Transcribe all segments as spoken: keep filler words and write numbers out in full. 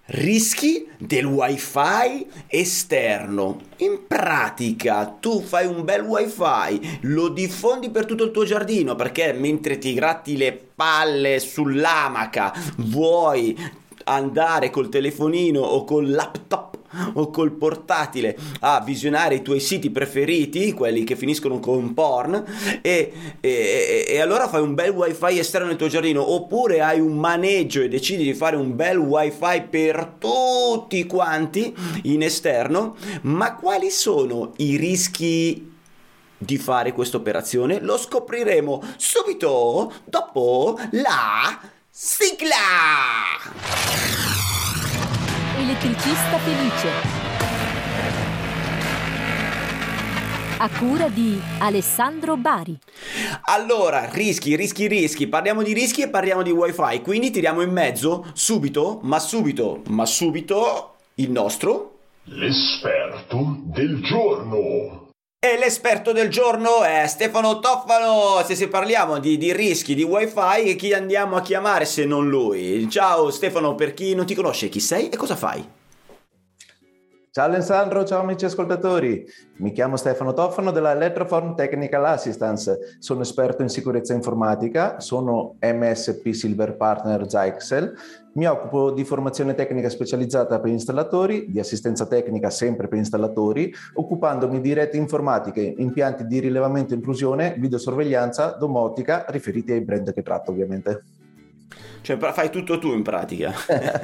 Rischi del wifi esterno. In pratica tu fai un bel wifi, lo diffondi per tutto il tuo giardino, perché mentre ti gratti le palle sull'amaca vuoi andare col telefonino o col laptop o col portatile a visionare i tuoi siti preferiti, quelli che finiscono con porn, e, e, e allora fai un bel wifi esterno nel tuo giardino. Oppure hai un maneggio e decidi di fare un bel wifi per tutti quanti in esterno. Ma quali sono i rischi di fare questa operazione? Lo scopriremo subito dopo la sigla. Elettricista felice, a cura di Alessandro Bari. Allora, rischi, rischi, rischi. Parliamo di rischi e parliamo di wifi. Quindi tiriamo in mezzo subito, ma subito, ma subito il nostro l'esperto del giorno. E l'esperto del giorno è Stefano Toffano. Se, se parliamo di, di rischi di wifi, chi andiamo a chiamare se non lui? Ciao Stefano, per chi non ti conosce, chi sei e cosa fai? Ciao Alessandro, ciao amici ascoltatori. Mi chiamo Stefano Toffano della Electroform Technical Assistance. Sono esperto in sicurezza informatica, sono M S P Silver Partner Zyxel. Mi occupo di formazione tecnica specializzata per installatori, di assistenza tecnica sempre per installatori, occupandomi di reti informatiche, impianti di rilevamento e intrusione, videosorveglianza, domotica, riferiti ai brand che tratto ovviamente. Cioè fai tutto tu in pratica.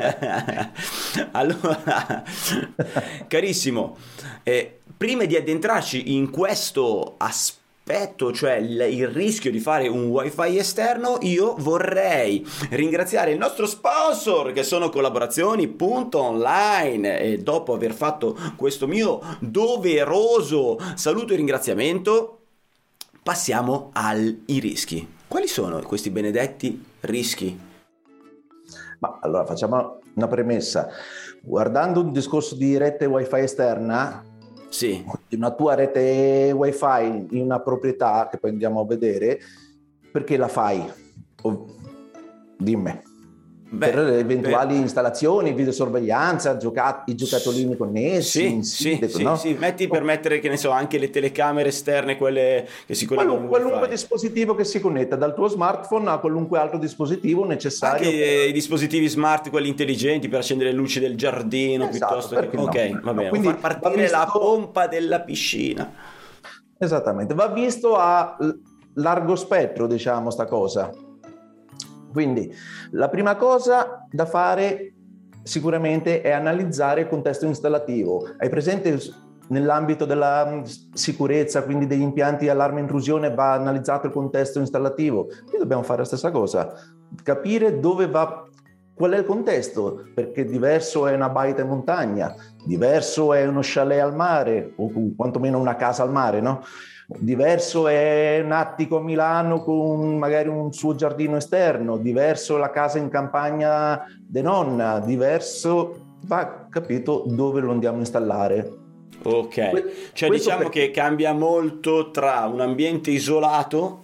Allora, carissimo, eh, prima di addentrarci in questo aspetto, cioè il, il rischio di fare un wifi esterno, io vorrei ringraziare il nostro sponsor, che sono collaborazioni punto online, e dopo aver fatto questo mio doveroso saluto e ringraziamento passiamo ai rischi. Quali sono questi benedetti rischi? Ma allora facciamo una premessa. Guardando un discorso di rete wifi esterna, sì, di una tua rete wifi in una proprietà che poi andiamo a vedere, perché la fai? Oh, dimmi. Beh, per eventuali beh. installazioni, videosorveglianza, gioca- i giocattolini connessi, sì, sì, sito, sì, no? sì, metti per mettere, che ne so, anche le telecamere esterne, quelle che si collegano. Qualun- qualunque dispositivo che si connetta dal tuo smartphone a qualunque altro dispositivo necessario. Anche per... i dispositivi smart, quelli intelligenti per accendere le luci del giardino, esatto, piuttosto che... no? Ok, va bene, no, quindi far partire visto... la pompa della piscina. Esattamente, va visto a largo spettro, diciamo, sta cosa. Quindi la prima cosa da fare sicuramente è analizzare il contesto installativo. Hai presente nell'ambito della sicurezza, quindi degli impianti allarme intrusione, va analizzato il contesto installativo? Qui dobbiamo fare la stessa cosa, capire dove va, qual è il contesto, perché diverso è una baita in montagna, diverso è uno chalet al mare, o quantomeno una casa al mare, no? Diverso è un attico a Milano con magari un suo giardino esterno, diverso la casa in campagna de nonna, diverso va capito dove lo andiamo a installare. Ok, que- cioè diciamo per... che cambia molto tra un ambiente isolato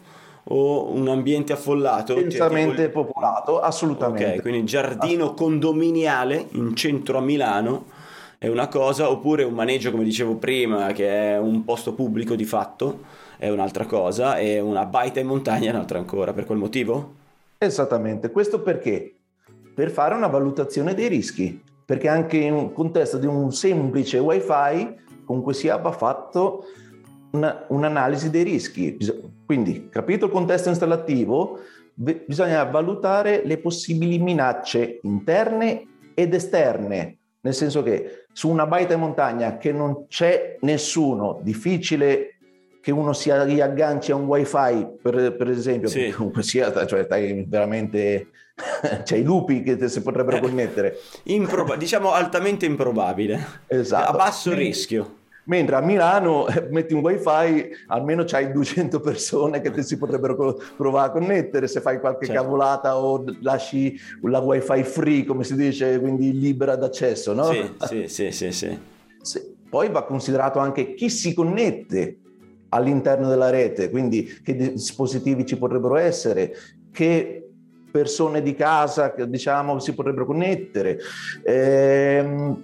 o un ambiente affollato, densamente tipo... popolato, assolutamente. Ok, quindi giardino condominiale in centro a Milano è una cosa, oppure un maneggio, come dicevo prima, che è un posto pubblico di fatto, è un'altra cosa, e una baita in montagna è un'altra ancora. Per quel motivo? Esattamente, questo perché? Per fare una valutazione dei rischi, perché anche in un contesto di un semplice wifi comunque sia va fatto una, un'analisi dei rischi. Quindi, capito il contesto installativo, bisogna valutare le possibili minacce interne ed esterne, nel senso che su una baita in montagna che non c'è nessuno, difficile che uno si riagganci a un wifi, per, per esempio, sì. Comunque sia, cioè stai veramente c'è i lupi che te si potrebbero connettere. Improba- diciamo altamente improbabile. Esatto. A basso mentre, rischio. Mentre a Milano metti un wifi, almeno c'hai duecento persone che ti si potrebbero provare a connettere se fai qualche certo. cavolata o lasci la wifi free, come si dice, quindi libera d'accesso, no? Sì, sì, sì, sì, sì. sì. Poi va considerato anche chi si connette all'interno della rete, quindi che dispositivi ci potrebbero essere, che persone di casa che diciamo si potrebbero connettere. Ehm,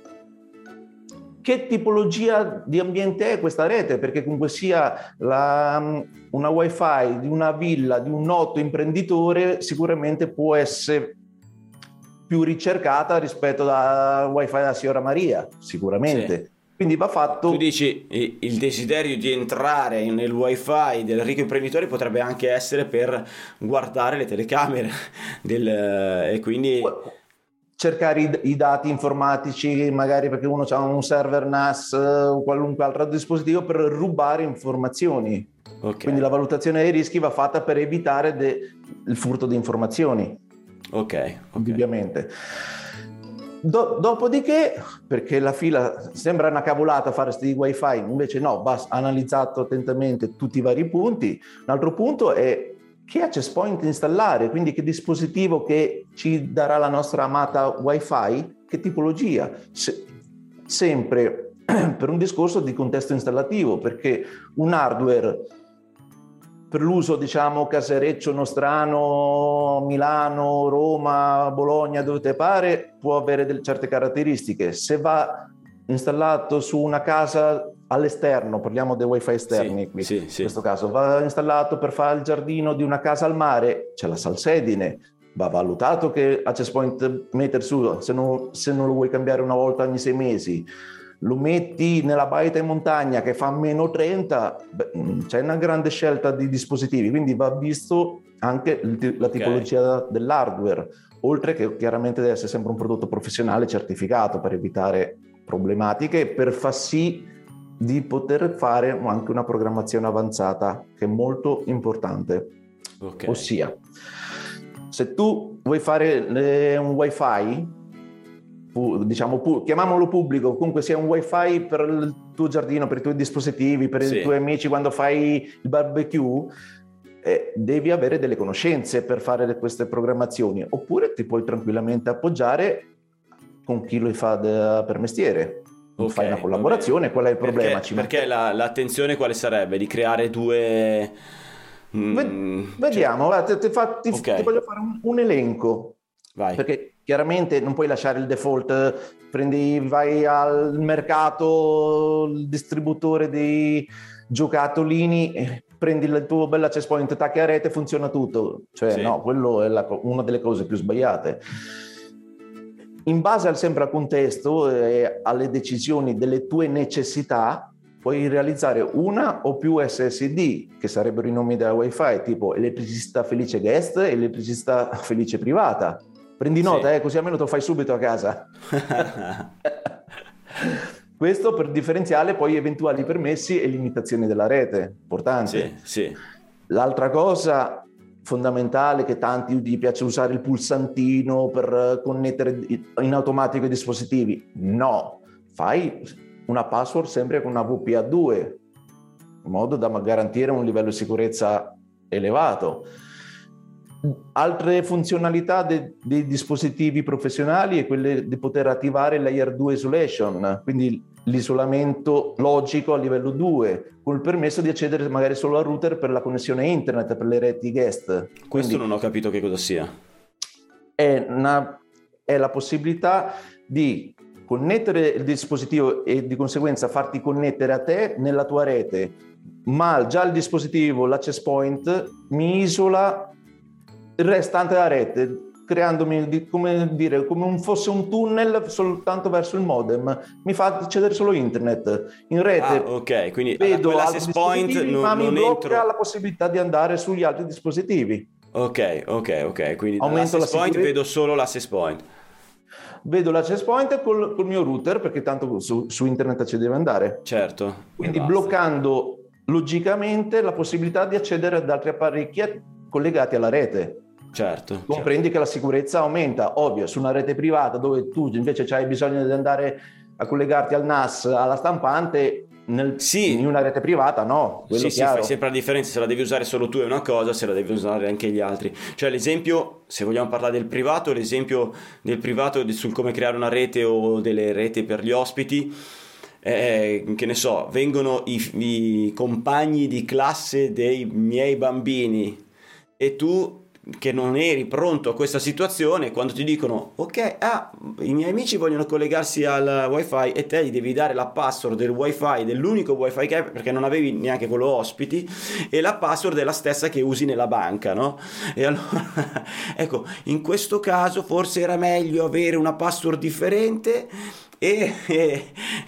che tipologia di ambiente è questa rete? Perché comunque sia la, una wifi di una villa di un noto imprenditore sicuramente può essere più ricercata rispetto alla wifi della signora Maria, sicuramente. Sì. Quindi va fatto. Tu dici il desiderio di entrare nel wifi del ricco imprenditore potrebbe anche essere per guardare le telecamere del, e quindi cercare i, i dati informatici, magari perché uno ha un server N A S o qualunque altro dispositivo, per rubare informazioni. Okay. Quindi la valutazione dei rischi va fatta per evitare de, il furto di informazioni. Ok, okay. Ovviamente. Do, dopodiché, perché la fila sembra una cavolata fare questi wifi, invece no, va analizzato attentamente tutti i vari punti. Un altro punto è che access point installare, quindi che dispositivo che ci darà la nostra amata wifi, che tipologia. Se, sempre per un discorso di contesto installativo, perché un hardware per l'uso diciamo casereccio nostrano, Milano, Roma, Bologna, dove te pare, può avere delle certe caratteristiche. Se va installato su una casa all'esterno, parliamo dei wifi esterni, sì, qui, sì, in sì. questo caso, va installato per fare il giardino di una casa al mare, c'è la salsedine, va valutato che access point mettere su, se non, se non lo vuoi cambiare una volta ogni sei mesi. Lo metti nella baita in montagna che fa meno trenta, beh, c'è una grande scelta di dispositivi, quindi va visto anche la tipologia okay. dell'hardware, oltre che chiaramente deve essere sempre un prodotto professionale certificato per evitare problematiche e per far sì di poter fare anche una programmazione avanzata, che è molto importante. Okay. Ossia, se tu vuoi fare eh, un wifi, diciamo, chiamiamolo pubblico, comunque sia un wifi per il tuo giardino, per i tuoi dispositivi, per sì. i tuoi amici quando fai il barbecue, eh, devi avere delle conoscenze per fare queste programmazioni, oppure ti puoi tranquillamente appoggiare con chi lo fa de, per mestiere. Okay, fai una collaborazione, qual è il problema? Perché, perché la, l'attenzione quale sarebbe? Di creare due... Mm, Vediamo, cioè... ti, ti, fa, ti, okay. ti voglio fare un, un elenco. Vai. Perché chiaramente non puoi lasciare il default, prendi, vai al mercato, il distributore di giocattolini, prendi il tuo bel access point, attacchi a rete, funziona tutto. Cioè sì. no, quello è la, una delle cose più sbagliate. In base al sempre al contesto e alle decisioni delle tue necessità, puoi realizzare una o più S S D, che sarebbero i nomi della wifi, tipo elettricista felice guest e elettricista felice privata. Prendi nota, sì. eh, così almeno te lo fai subito a casa. Questo per differenziare poi eventuali permessi e limitazioni della rete, importante. Sì, sì. L'altra cosa fondamentale, che tanti gli piace usare il pulsantino per connettere in automatico i dispositivi. No, fai una password sempre con una W P A due, in modo da garantire un livello di sicurezza elevato. Altre funzionalità de- dei dispositivi professionali è quelle di poter attivare layer due isolation, quindi l'isolamento logico a livello due, con il permesso di accedere magari solo al router per la connessione internet, per le reti guest. Questo quindi non ho capito che cosa sia. È, una, è la possibilità di connettere il dispositivo e di conseguenza farti connettere a te nella tua rete, ma già il dispositivo, l'access point, mi isola il restante della rete, creandomi come dire come un, fosse un tunnel soltanto verso il modem, mi fa accedere solo internet in rete. Ah, ok, quindi vedo l'access point non, ma mi non blocca entro... la possibilità di andare sugli altri dispositivi. Ok, ok, ok, quindi aumento l'access la point, vedo solo l'access point. Vedo l'access point col, col mio router, perché tanto su, su internet ci deve andare. Certo. Quindi bloccando logicamente la possibilità di accedere ad altri apparecchi collegati alla rete. Certo. Comprendi certo. che la sicurezza aumenta, ovvio, su una rete privata dove tu invece hai bisogno di andare a collegarti al N A S, alla stampante, nel, sì. in una rete privata no. Sì, sì, fai sempre la differenza, se la devi usare solo tu è una cosa, se la devi usare anche gli altri. Cioè l'esempio, se vogliamo parlare del privato, l'esempio del privato sul come creare una rete o delle reti per gli ospiti, eh, che ne so, vengono i, i compagni di classe dei miei bambini e tu che non eri pronto a questa situazione, quando ti dicono ok, ah, i miei amici vogliono collegarsi al wifi e te gli devi dare la password del wifi, dell'unico wifi che hai, perché non avevi neanche quello ospiti, e la password è la stessa che usi nella banca, no? E allora ecco, in questo caso forse era meglio avere una password differente e, e,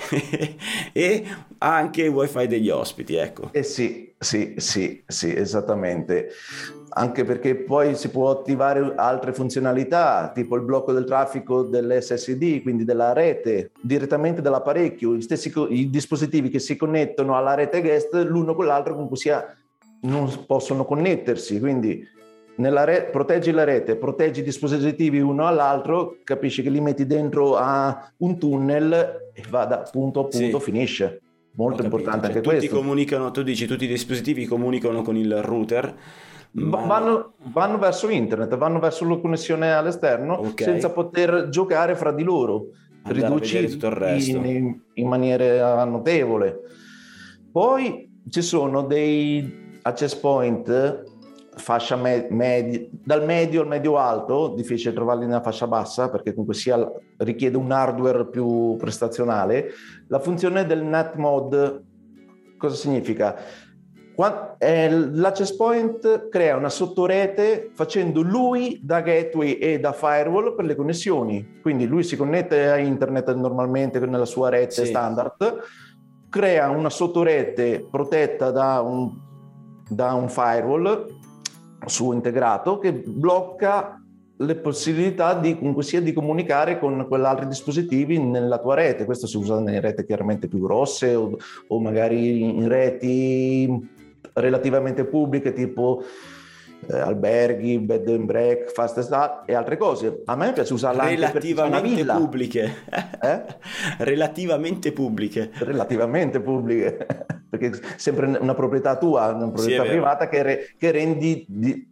e anche il wifi degli ospiti, ecco. Eh sì, sì, sì, sì, esattamente. Anche perché poi si può attivare altre funzionalità, tipo il blocco del traffico dell'esse esse di, quindi della rete, direttamente dall'apparecchio. Gli stessi co- i dispositivi che si connettono alla rete guest, l'uno con l'altro comunque sia, non possono connettersi, quindi nella re- proteggi la rete, proteggi i dispositivi uno all'altro, capisci che li metti dentro a un tunnel e va da punto a punto, Sì. finisce. Molto Ho capito. importante Cioè, anche tutti questo. comunicano, tu dici tutti i dispositivi comunicano con il router, Va- ma Vanno, vanno verso internet, vanno verso la connessione all'esterno ok, senza poter giocare fra di loro. andare a Riduci vedere tutto il resto. in, in maniera notevole. Poi ci sono dei access point, fascia me- medi- dal medio al medio alto, difficile trovarli nella fascia bassa perché comunque sia richiede un hardware più prestazionale. La funzione del net mode cosa significa? Qua- eh, L'access point crea una sottorete facendo lui da gateway e da firewall per le connessioni, quindi lui si connette a internet normalmente nella sua rete Sì. standard, crea una sottorete protetta da un, da un firewall suo integrato che blocca le possibilità di, comunque sia, di comunicare con quell'altri dispositivi nella tua rete. Questo si usa nelle reti chiaramente più grosse o, o magari in reti relativamente pubbliche tipo eh, alberghi, bed and breakfast e altre cose. A me piace usarla anche per chi fa una Relativamente villa. pubbliche. Eh? Relativamente pubbliche. Relativamente pubbliche, perché è sempre una proprietà tua, una proprietà Sì, è vero. privata che, re, che rendi di,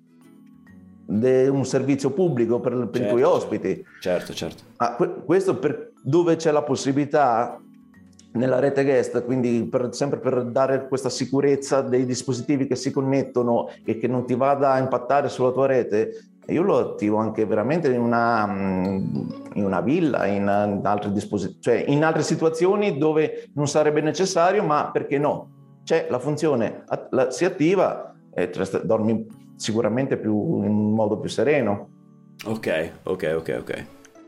de un servizio pubblico per, per Certo, i tuoi certo. ospiti. Certo, certo. Ma que- questo per dove c'è la possibilità nella rete guest, quindi per, sempre per dare questa sicurezza dei dispositivi che si connettono e che non ti vada a impattare sulla tua rete. Io lo attivo anche veramente in una, in una villa, in, in altri dispositivi, cioè in altre situazioni dove non sarebbe necessario, ma perché no? C'è la funzione, la, si attiva e dormi sicuramente più, in modo più sereno. Ok, ok, ok, ok.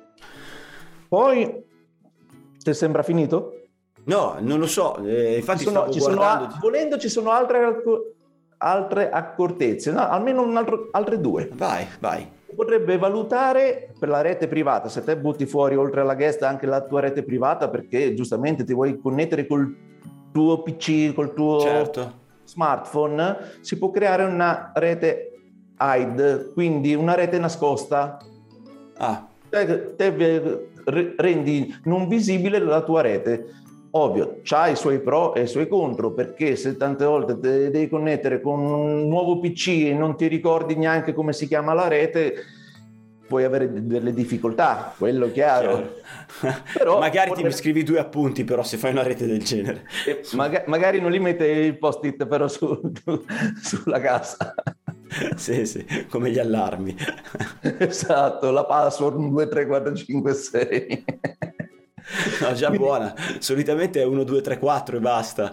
Poi, ti sembra finito? No, non lo so, eh, infatti Ci sono, stavo ci sono, guardando. volendo ci sono altre, altre accortezze, no? Almeno un altro, altre due. Vai, vai. Potrebbe valutare per la rete privata, se te butti fuori oltre alla guest anche la tua rete privata perché giustamente ti vuoi connettere col tuo pi ci, col tuo Certo. smartphone, si può creare una rete hide, quindi una rete nascosta. Ah, Te, te rendi non visibile la tua rete. Ovvio, c'ha i suoi pro e i suoi contro, perché se tante volte te devi connettere con un nuovo pi ci e non ti ricordi neanche come si chiama la rete, puoi avere delle difficoltà, quello è chiaro. Però magari potrebbe... ti scrivi due appunti, però se fai una rete del genere. Maga- magari non li mette il post-it però su, sulla cassa. Sì, sì, come gli allarmi. Esatto, la password uno due tre quattro cinque sei. No, già quindi... buona. Solitamente è uno due tre quattro e basta.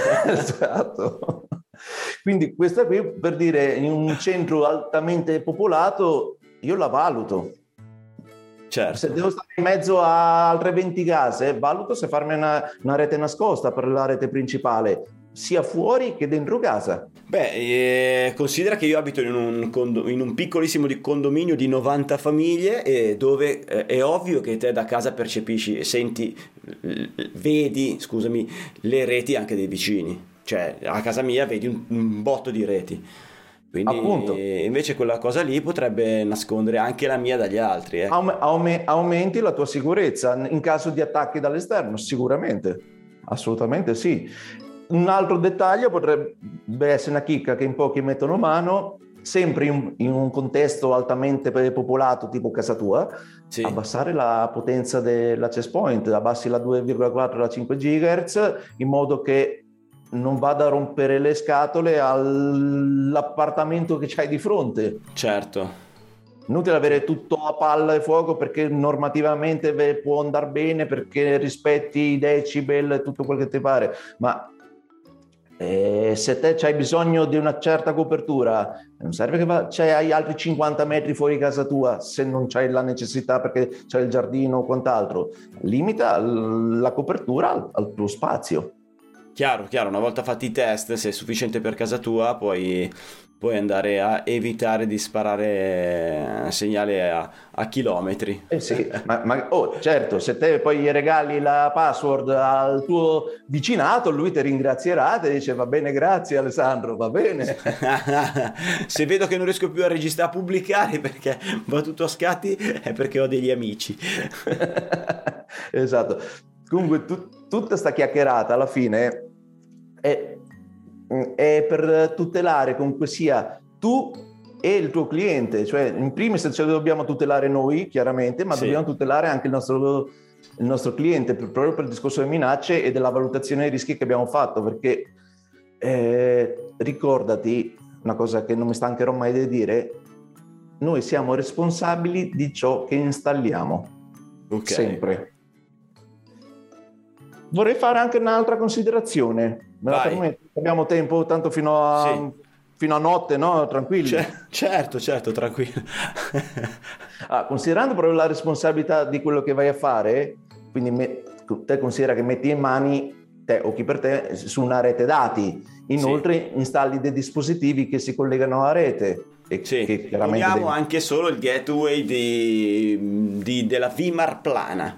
Esatto. Quindi questa qui, per dire, in un centro altamente popolato, io la valuto. Certo. Se devo stare in mezzo a altre venti case, valuto se farmi una, una rete nascosta per la rete principale, sia fuori che dentro casa. Beh, eh, considera che io abito in un, condo- in un piccolissimo di condominio di novanta famiglie e dove eh, è ovvio che te da casa percepisci e senti, vedi, scusami, le reti anche dei vicini. Cioè, a casa mia vedi un, un botto di reti. Quindi appunto, eh, invece quella cosa lì potrebbe nascondere anche la mia dagli altri. Eh. Aume- aume- aumenti la tua sicurezza in caso di attacchi dall'esterno, sicuramente. Assolutamente sì. Un altro dettaglio potrebbe essere una chicca che in pochi mettono mano, sempre in, in un contesto altamente popolato tipo casa tua, sì. Abbassare la potenza dell'access point, abbassi la due virgola quattro, la cinque gigahertz, in modo che non vada a rompere le scatole all'appartamento che c'hai di fronte. Certo. Inutile avere tutto a palla e fuoco perché normativamente può andare bene, perché rispetti i decibel e tutto quel che ti pare, ma eh, se te c'hai bisogno di una certa copertura, non serve che va, c'hai altri cinquanta metri fuori casa tua se non c'hai la necessità perché c'hai il giardino o quant'altro. Limita la copertura al, al tuo spazio. Chiaro, chiaro, una volta fatti i test, se è sufficiente per casa tua, puoi, puoi andare a evitare di sparare segnale a, a chilometri. Eh sì, ma, ma oh, certo, se te poi gli regali la password al tuo vicinato, lui ti ringrazierà, ti dice va bene, grazie Alessandro, va bene. Se vedo che non riesco più a registrare, a pubblicare perché va tutto a scatti, è perché ho degli amici. Esatto. Comunque tu, tutta sta chiacchierata alla fine è, è per tutelare comunque sia tu e il tuo cliente, cioè in primis ce lo dobbiamo tutelare noi chiaramente, ma sì, dobbiamo tutelare anche il nostro, il nostro cliente proprio per il discorso delle minacce e della valutazione dei rischi che abbiamo fatto, perché eh, ricordati una cosa che non mi stancherò mai di dire: noi siamo responsabili di ciò che installiamo, okay, sempre. Vorrei fare anche un'altra considerazione. Me la permetti? Abbiamo tempo tanto fino a, sì, fino a notte, no? Tranquilli. C- certo, certo, tranquillo. Ah, considerando proprio la responsabilità di quello che vai a fare, quindi me, te considera che metti in mani te o chi per te su una rete dati. Inoltre sì, installi dei dispositivi che si collegano alla rete. E sì, che chiaramente abbiamo devi... anche solo il gateway di, di, della V M A R plana.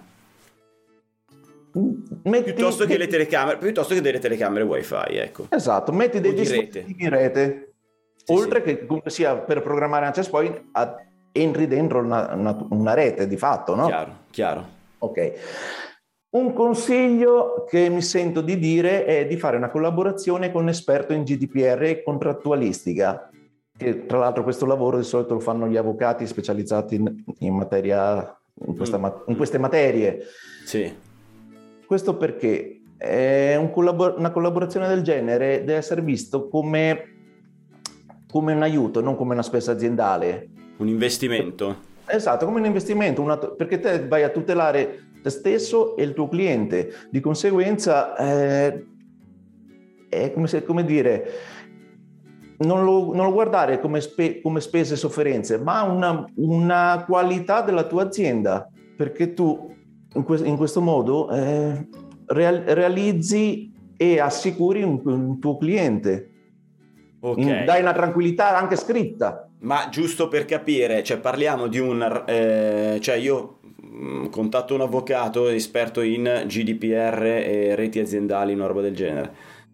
Metti, piuttosto che metti, le telecamere, piuttosto che delle telecamere wifi, ecco. Esatto, metti dei dispositivi in rete, sì, oltre sì, che comunque sia per programmare access point a, entri dentro una, una, una rete di fatto, no? Chiaro, chiaro. Ok. Un consiglio che mi sento di dire è di fare una collaborazione con un esperto in G D P R e contrattualistica, che tra l'altro questo lavoro di solito lo fanno gli avvocati specializzati in, in materia, in, questa, mm. in queste materie. Sì. Questo perché è un collabor- una collaborazione del genere deve essere visto come, come un aiuto, non come una spesa aziendale. Un investimento. Esatto, come un investimento, una, perché te vai a tutelare te stesso e il tuo cliente. Di conseguenza eh, è come, se, come dire, non lo, non lo guardare come, spe, come spese e sofferenze, ma una, una qualità della tua azienda, perché tu In, que- in questo modo eh, real- realizzi e assicuri un, un tuo cliente, okay, in, dai una tranquillità anche scritta. Ma giusto per capire, cioè parliamo di un eh, cioè io mh, contatto un avvocato esperto in G D P R e reti aziendali, una roba del genere,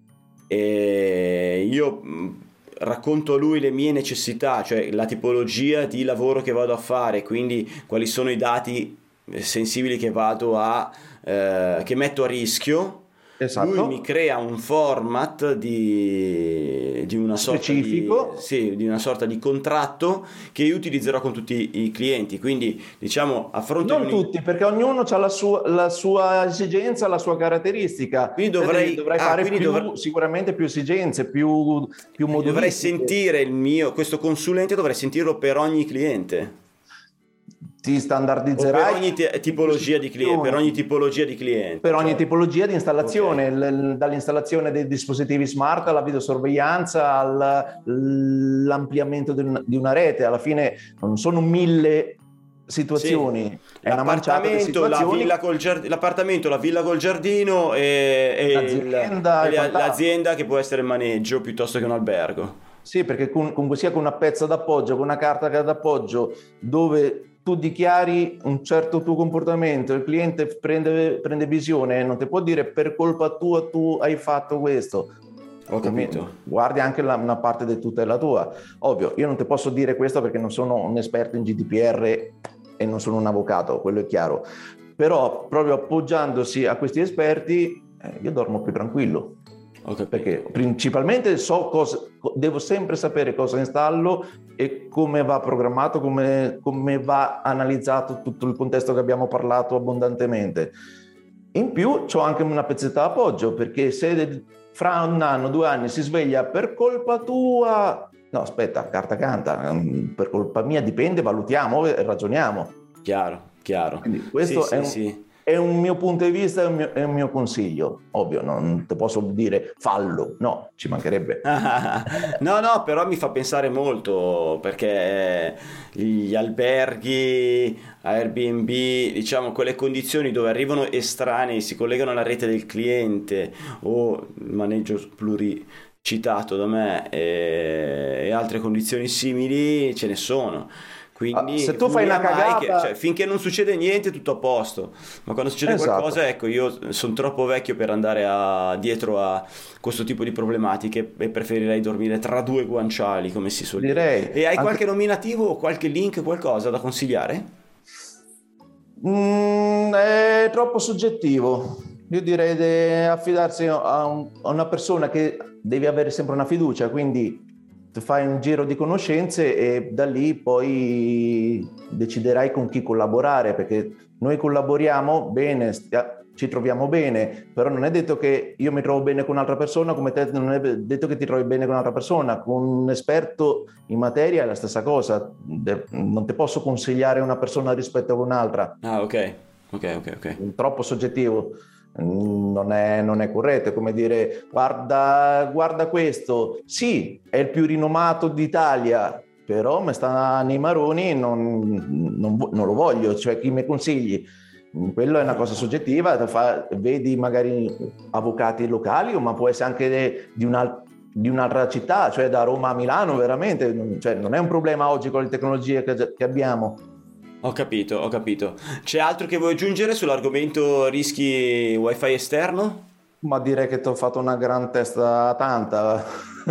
e io mh, racconto a lui le mie necessità, cioè la tipologia di lavoro che vado a fare, quindi quali sono i dati sensibili che vado a eh, che metto a rischio. Esatto. Lui mi crea un format di, di una sorta specifico, di, sì, di una sorta di contratto che io utilizzerò con tutti i clienti, quindi diciamo a fronte non di tutti un... perché ognuno ha la sua, la sua esigenza, la sua caratteristica, quindi dovrei, dovrei ah, fare quindi più, dovr... sicuramente più esigenze, più, più modulistiche. Dovrei sentire il mio, questo consulente dovrei sentirlo per ogni cliente. Ti standardizzerai per ogni t- tipologia di cliente, per ogni tipologia di cliente, per ogni cioè. tipologia di installazione, okay, l- dall'installazione dei dispositivi smart alla videosorveglianza all'ampliamento di, un- di una rete. Alla fine non sono mille situazioni, sì, è una manciata di situazioni. La villa col giard- l'appartamento, la villa col giardino e, e, l'azienda, il, e l'azienda che può essere il maneggio piuttosto che un albergo. Sì, perché con, comunque sia con una pezza d'appoggio, con una carta d'appoggio dove tu dichiari un certo tuo comportamento, il cliente prende, prende visione, non ti può dire per colpa tua tu hai fatto questo. Ho capito. Guardi anche la, una parte di tutela tua. Ovvio, io non ti posso dire questo perché non sono un esperto in G D P R e non sono un avvocato, quello è chiaro. Però proprio appoggiandosi a questi esperti eh, io dormo più tranquillo. Perché principalmente so cosa, devo sempre sapere cosa installo e come va programmato, come, come va analizzato tutto il contesto che abbiamo parlato abbondantemente. In più c'ho anche una pezzetta d'appoggio, perché se fra un anno, due anni si sveglia per colpa tua, no aspetta, carta canta, per colpa mia dipende, valutiamo e ragioniamo. Chiaro, chiaro. Quindi questo sì, è, sì, un, sì. è un mio punto di vista, è un mio, è un mio consiglio. Ovvio, non ti posso dire fallo, no, ci mancherebbe. No, no, però mi fa pensare molto, perché gli alberghi, Airbnb, diciamo quelle condizioni dove arrivano estranei, si collegano alla rete del cliente o il maneggio pluricitato da me e, e altre condizioni simili ce ne sono. Quindi Ah, se tu fai una cagata, che, cioè, finché non succede niente tutto a posto, ma quando succede esatto. qualcosa, ecco, io sono troppo vecchio per andare a, dietro a questo tipo di problematiche e preferirei dormire tra due guanciali, come si suol direi. dire. E hai Anche... qualche nominativo o qualche link, qualcosa da consigliare? Mm, è troppo soggettivo. Io direi di affidarsi a, un, a una persona che devi avere sempre una fiducia, quindi fai un giro di conoscenze e da lì poi deciderai con chi collaborare, perché noi collaboriamo bene, stia, ci troviamo bene, però non è detto che io mi trovo bene con un'altra persona come te, non è detto che ti trovi bene con un'altra persona. Con un esperto in materia è la stessa cosa, non ti posso consigliare una persona rispetto a un'altra. Ah, ok, ok, ok, ok. Troppo soggettivo. Non è, non è corretto, è come dire guarda, guarda questo, sì, è il più rinomato d'Italia, però mi sta nei maroni, non, non, non lo voglio, cioè chi mi consigli? Quello è una cosa soggettiva, fa, vedi magari avvocati locali, ma può essere anche di, una, di un'altra città, cioè da Roma a Milano, veramente, cioè non è un problema oggi con le tecnologie che, che abbiamo. Ho capito, ho capito. C'è altro che vuoi aggiungere sull'argomento rischi wifi esterno? Ma direi che ti ho fatto una gran testa tanta.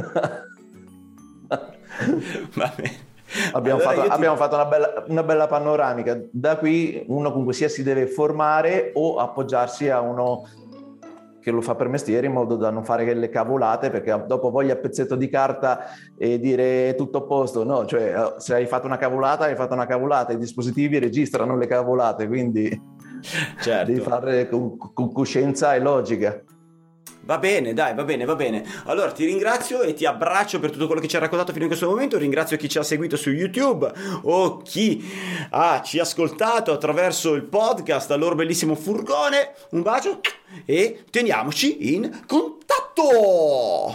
Va bene. Abbiamo, Allora fatto, io ti- abbiamo fatto una bella, una bella panoramica. Da qui uno comunque sia si deve formare o appoggiarsi a uno che lo fa per mestiere, in modo da non fare le cavolate, perché dopo voglia pezzetto di carta e dire tutto a posto. No, cioè se hai fatto una cavolata, hai fatto una cavolata, i dispositivi registrano le cavolate, quindi Certo. devi fare con, con coscienza e logica. Va bene, dai, va bene, va bene. Allora ti ringrazio e ti abbraccio per tutto quello che ci hai raccontato fino in questo momento. Ringrazio chi ci ha seguito su YouTube o chi ah, ci ha ascoltato attraverso il podcast al loro bellissimo furgone. Un bacio e teniamoci in contatto.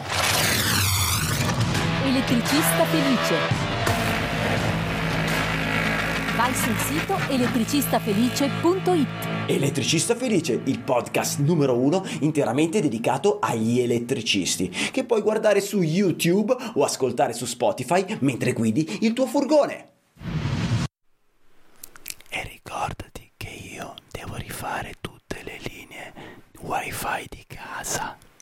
Elettricista felice. Vai sul sito elettricistafelice punto it. Elettricista Felice, il podcast numero uno interamente dedicato agli elettricisti, che puoi guardare su YouTube o ascoltare su Spotify mentre guidi il tuo furgone. E ricordati che io devo rifare tutte le linee wifi di casa.